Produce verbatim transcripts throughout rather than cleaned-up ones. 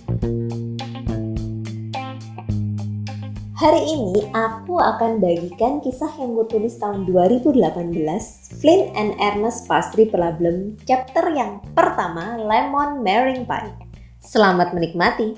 Hari ini aku akan bagikan kisah yang kutulis tahun dua ribu delapan belas, Flynn and Ernest Pastry Problem, chapter yang pertama, Lemon Meringue Pie. Selamat menikmati.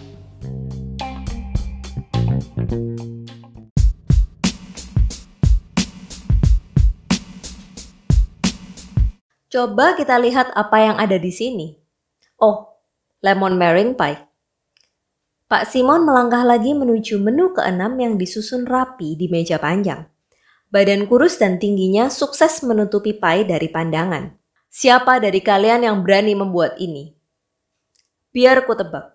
Coba kita lihat apa yang ada di sini. Oh, lemon meringue pie. Pak Simon melangkah lagi menuju menu keenam yang disusun rapi di meja panjang. Badan kurus dan tingginya sukses menutupi pie dari pandangan. Siapa dari kalian yang berani membuat ini? Biar ku tebak.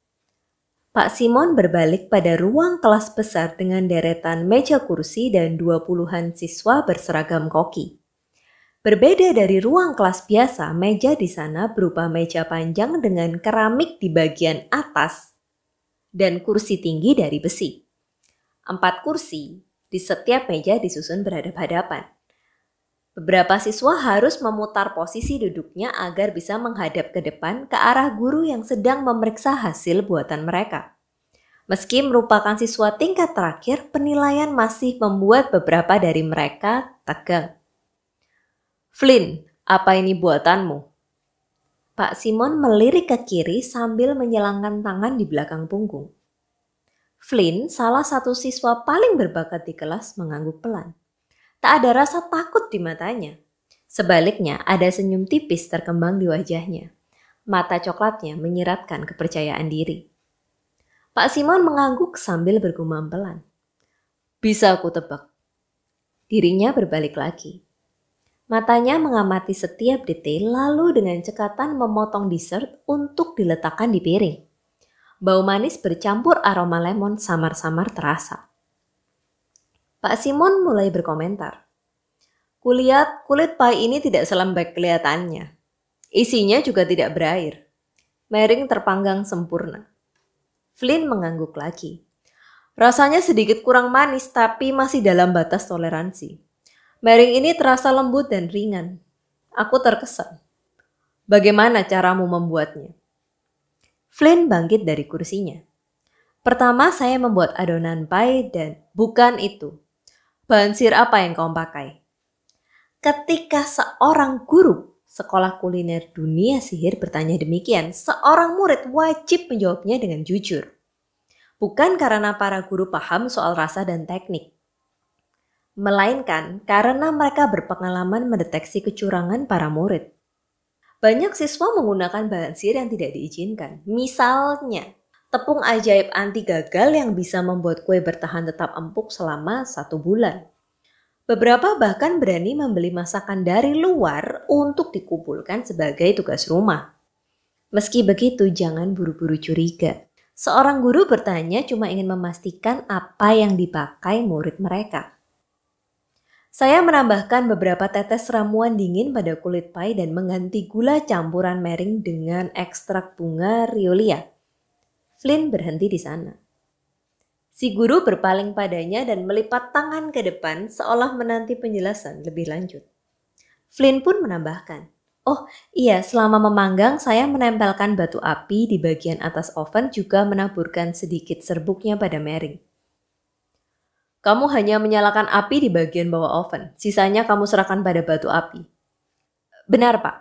Pak Simon berbalik pada ruang kelas besar dengan deretan meja kursi dan dua puluhan siswa berseragam koki. Berbeda dari ruang kelas biasa, meja di sana berupa meja panjang dengan keramik di bagian atas dan kursi tinggi dari besi. Empat kursi di setiap meja disusun berhadap-hadapan. Beberapa siswa harus memutar posisi duduknya agar bisa menghadap ke depan ke arah guru yang sedang memeriksa hasil buatan mereka. Meski merupakan siswa tingkat terakhir, penilaian masih membuat beberapa dari mereka tegang. Flynn, apa ini buatanmu? Pak Simon melirik ke kiri sambil menyilangkan tangan di belakang punggung. Flynn, salah satu siswa paling berbakat di kelas, mengangguk pelan. Tak ada rasa takut di matanya. Sebaliknya, ada senyum tipis terkembang di wajahnya. Mata coklatnya menyiratkan kepercayaan diri. Pak Simon mengangguk sambil bergumam pelan. Bisa aku tebak. Dirinya berbalik lagi. Matanya mengamati setiap detail lalu dengan cekatan memotong dessert untuk diletakkan di piring. Bau manis bercampur aroma lemon samar-samar terasa. Pak Simon mulai berkomentar. Kulihat kulit pie ini tidak selembek kelihatannya. Isinya juga tidak berair. Meringue terpanggang sempurna. Flynn mengangguk lagi. Rasanya sedikit kurang manis tapi masih dalam batas toleransi. Meringue ini terasa lembut dan ringan. Aku terkesan. Bagaimana caramu membuatnya? Flynn bangkit dari kursinya. Pertama saya membuat adonan pie dan bukan itu. Bahan sir apa yang kau pakai? Ketika seorang guru sekolah kuliner dunia sihir bertanya demikian, seorang murid wajib menjawabnya dengan jujur. Bukan karena para guru paham soal rasa dan teknik. Melainkan karena mereka berpengalaman mendeteksi kecurangan para murid. Banyak siswa menggunakan bahan sihir yang tidak diizinkan. Misalnya, tepung ajaib anti gagal yang bisa membuat kue bertahan tetap empuk selama satu bulan. Beberapa bahkan berani membeli masakan dari luar untuk dikumpulkan sebagai tugas rumah. Meski begitu, jangan buru-buru curiga. Seorang guru bertanya cuma ingin memastikan apa yang dipakai murid mereka. Saya menambahkan beberapa tetes ramuan dingin pada kulit pie dan mengganti gula campuran meringue dengan ekstrak bunga Riolia. Flynn berhenti di sana. Si guru berpaling padanya dan melipat tangan ke depan seolah menanti penjelasan lebih lanjut. Flynn pun menambahkan, oh iya, selama memanggang saya menempelkan batu api di bagian atas oven juga menaburkan sedikit serbuknya pada meringue. Kamu hanya menyalakan api di bagian bawah oven, sisanya kamu serahkan pada batu api. Benar, Pak.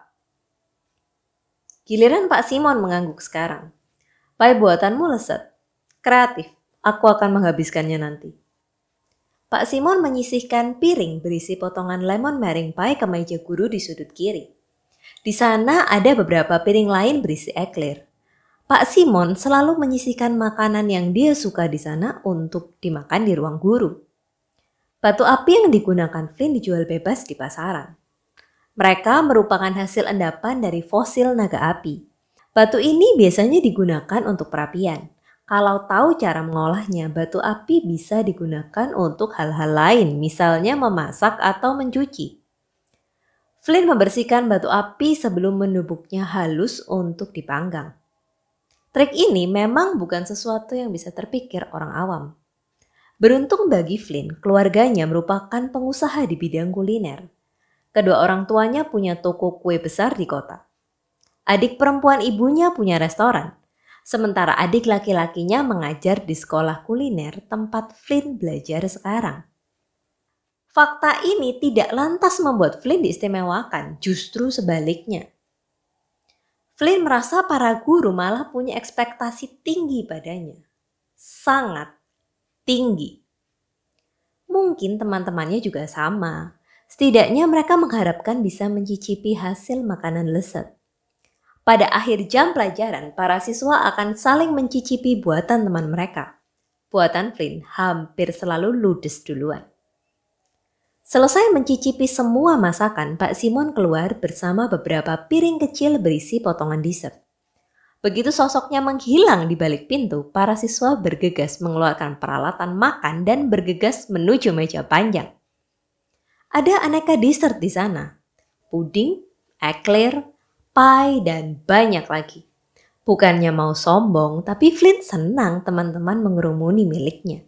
Giliran Pak Simon mengangguk sekarang. Pie buatanmu lezat, kreatif, aku akan menghabiskannya nanti. Pak Simon menyisihkan piring berisi potongan lemon meringue pie ke meja guru di sudut kiri. Di sana ada beberapa piring lain berisi eclair. Pak Simon selalu menyisihkan makanan yang dia suka di sana untuk dimakan di ruang guru. Batu api yang digunakan Flynn dijual bebas di pasaran. Mereka merupakan hasil endapan dari fosil naga api. Batu ini biasanya digunakan untuk perapian. Kalau tahu cara mengolahnya, batu api bisa digunakan untuk hal-hal lain, misalnya memasak atau mencuci. Flynn membersihkan batu api sebelum menubuknya halus untuk dipanggang. Trik ini memang bukan sesuatu yang bisa terpikir orang awam. Beruntung bagi Flynn, keluarganya merupakan pengusaha di bidang kuliner. Kedua orang tuanya punya toko kue besar di kota. Adik perempuan ibunya punya restoran. Sementara adik laki-lakinya mengajar di sekolah kuliner tempat Flynn belajar sekarang. Fakta ini tidak lantas membuat Flynn diistimewakan, justru sebaliknya. Flynn merasa para guru malah punya ekspektasi tinggi padanya. Sangat tinggi. Mungkin teman-temannya juga sama. Setidaknya mereka mengharapkan bisa mencicipi hasil makanan lezat. Pada akhir jam pelajaran, para siswa akan saling mencicipi buatan teman mereka. Buatan Flynn hampir selalu ludes duluan. Selesai mencicipi semua masakan, Pak Simon keluar bersama beberapa piring kecil berisi potongan dessert. Begitu sosoknya menghilang di balik pintu, para siswa bergegas mengeluarkan peralatan makan dan bergegas menuju meja panjang. Ada aneka dessert di sana. Puding, eclair, pie, dan banyak lagi. Bukannya mau sombong, tapi Flynn senang teman-teman mengerumuni miliknya.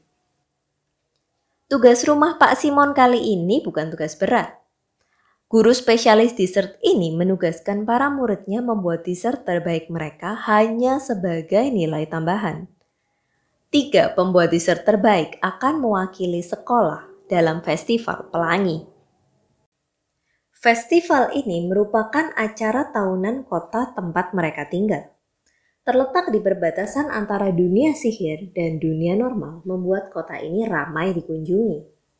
Tugas rumah Pak Simon kali ini bukan tugas berat. Guru spesialis dessert ini menugaskan para muridnya membuat dessert terbaik mereka hanya sebagai nilai tambahan. Tiga pembuat dessert terbaik akan mewakili sekolah dalam festival pelangi. Festival ini merupakan acara tahunan kota tempat mereka tinggal. Terletak di perbatasan antara dunia sihir dan dunia normal membuat kota ini ramai dikunjungi.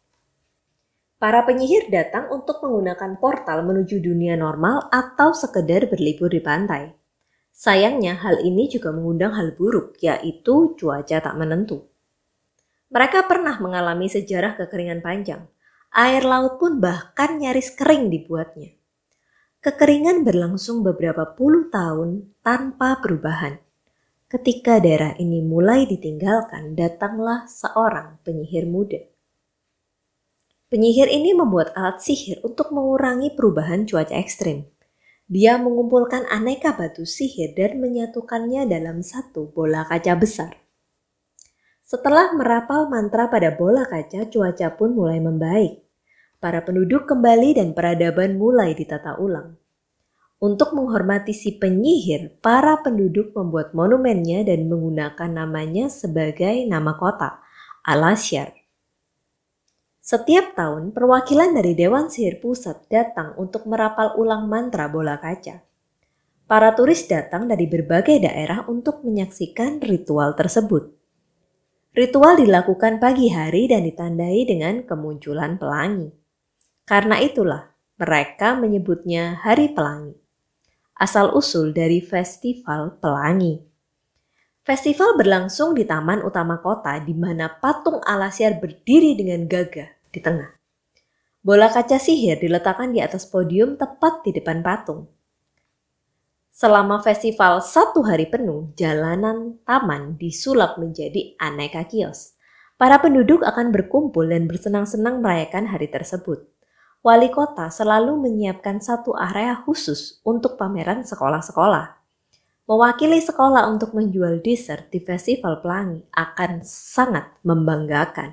Para penyihir datang untuk menggunakan portal menuju dunia normal atau sekedar berlibur di pantai. Sayangnya hal ini juga mengundang hal buruk, yaitu cuaca tak menentu. Mereka pernah mengalami sejarah kekeringan panjang. Air laut pun bahkan nyaris kering dibuatnya. Kekeringan berlangsung beberapa puluh tahun tanpa perubahan. Ketika daerah ini mulai ditinggalkan, datanglah seorang penyihir muda. Penyihir ini membuat alat sihir untuk mengurangi perubahan cuaca ekstrim. Dia mengumpulkan aneka batu sihir dan menyatukannya dalam satu bola kaca besar. Setelah merapal mantra pada bola kaca, cuaca pun mulai membaik. Para penduduk kembali dan peradaban mulai ditata ulang. Untuk menghormati si penyihir, para penduduk membuat monumennya dan menggunakan namanya sebagai nama kota, Al-Asyar. Setiap tahun, perwakilan dari Dewan Sihir Pusat datang untuk merapal ulang mantra bola kaca. Para turis datang dari berbagai daerah untuk menyaksikan ritual tersebut. Ritual dilakukan pagi hari dan ditandai dengan kemunculan pelangi. Karena itulah mereka menyebutnya Hari Pelangi. Asal-usul dari Festival Pelangi. Festival berlangsung di taman utama kota di mana patung Al-Asyar berdiri dengan gagah di tengah. Bola kaca sihir diletakkan di atas podium tepat di depan patung. Selama festival satu hari penuh, jalanan taman disulap menjadi aneka kios. Para penduduk akan berkumpul dan bersenang-senang merayakan hari tersebut. Wali kota selalu menyiapkan satu area khusus untuk pameran sekolah-sekolah. Mewakili sekolah untuk menjual dessert di Festival Pelangi akan sangat membanggakan.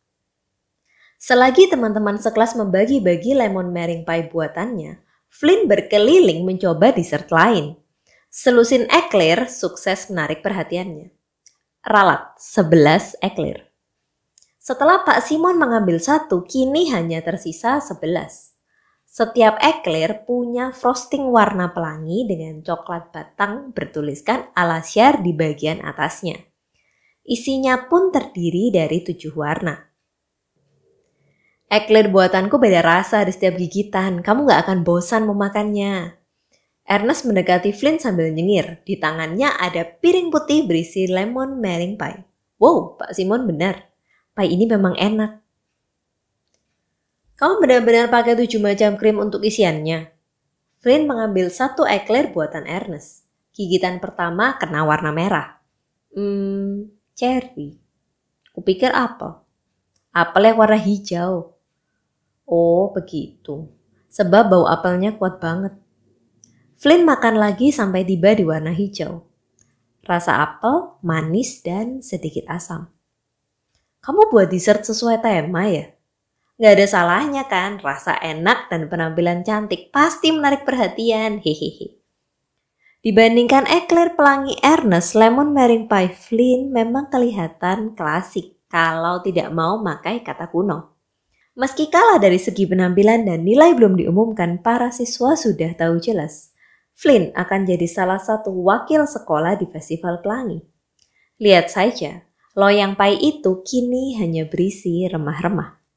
Selagi teman-teman sekelas membagi-bagi lemon meringue pie buatannya, Flynn berkeliling mencoba dessert lain. Selusin eclair sukses menarik perhatiannya. Ralat sebelas eclair. Setelah Pak Simon mengambil satu, kini hanya tersisa sebelas. Setiap eclair punya frosting warna pelangi dengan coklat batang bertuliskan Al-Asyar di bagian atasnya. Isinya pun terdiri dari tujuh warna. Eclair buatanku beda rasa di setiap gigitan, kamu gak akan bosan memakannya. Ernest mendekati Flynn sambil nyengir. Di tangannya ada piring putih berisi lemon meringue pie. Wow, Pak Simon benar. Pie ini memang enak. Kamu benar-benar pakai tujuh macam krim untuk isiannya. Flynn mengambil satu eclair buatan Ernest. Gigitan pertama kena warna merah. Hmm, cherry. Kupikir apel. Apel yang warna hijau. Oh, begitu. Sebab bau apelnya kuat banget. Flynn makan lagi sampai tiba di warna hijau. Rasa apel, manis, dan sedikit asam. Kamu buat dessert sesuai tema ya? Gak ada salahnya kan, rasa enak dan penampilan cantik pasti menarik perhatian, hehehe. Dibandingkan ekler pelangi Ernest, lemon meringue pie Flynn memang kelihatan klasik kalau tidak mau makai kata kuno. Meski kalah dari segi penampilan dan nilai belum diumumkan, para siswa sudah tahu jelas. Flynn akan jadi salah satu wakil sekolah di Festival Pelangi. Lihat saja, loyang pie itu kini hanya berisi remah-remah.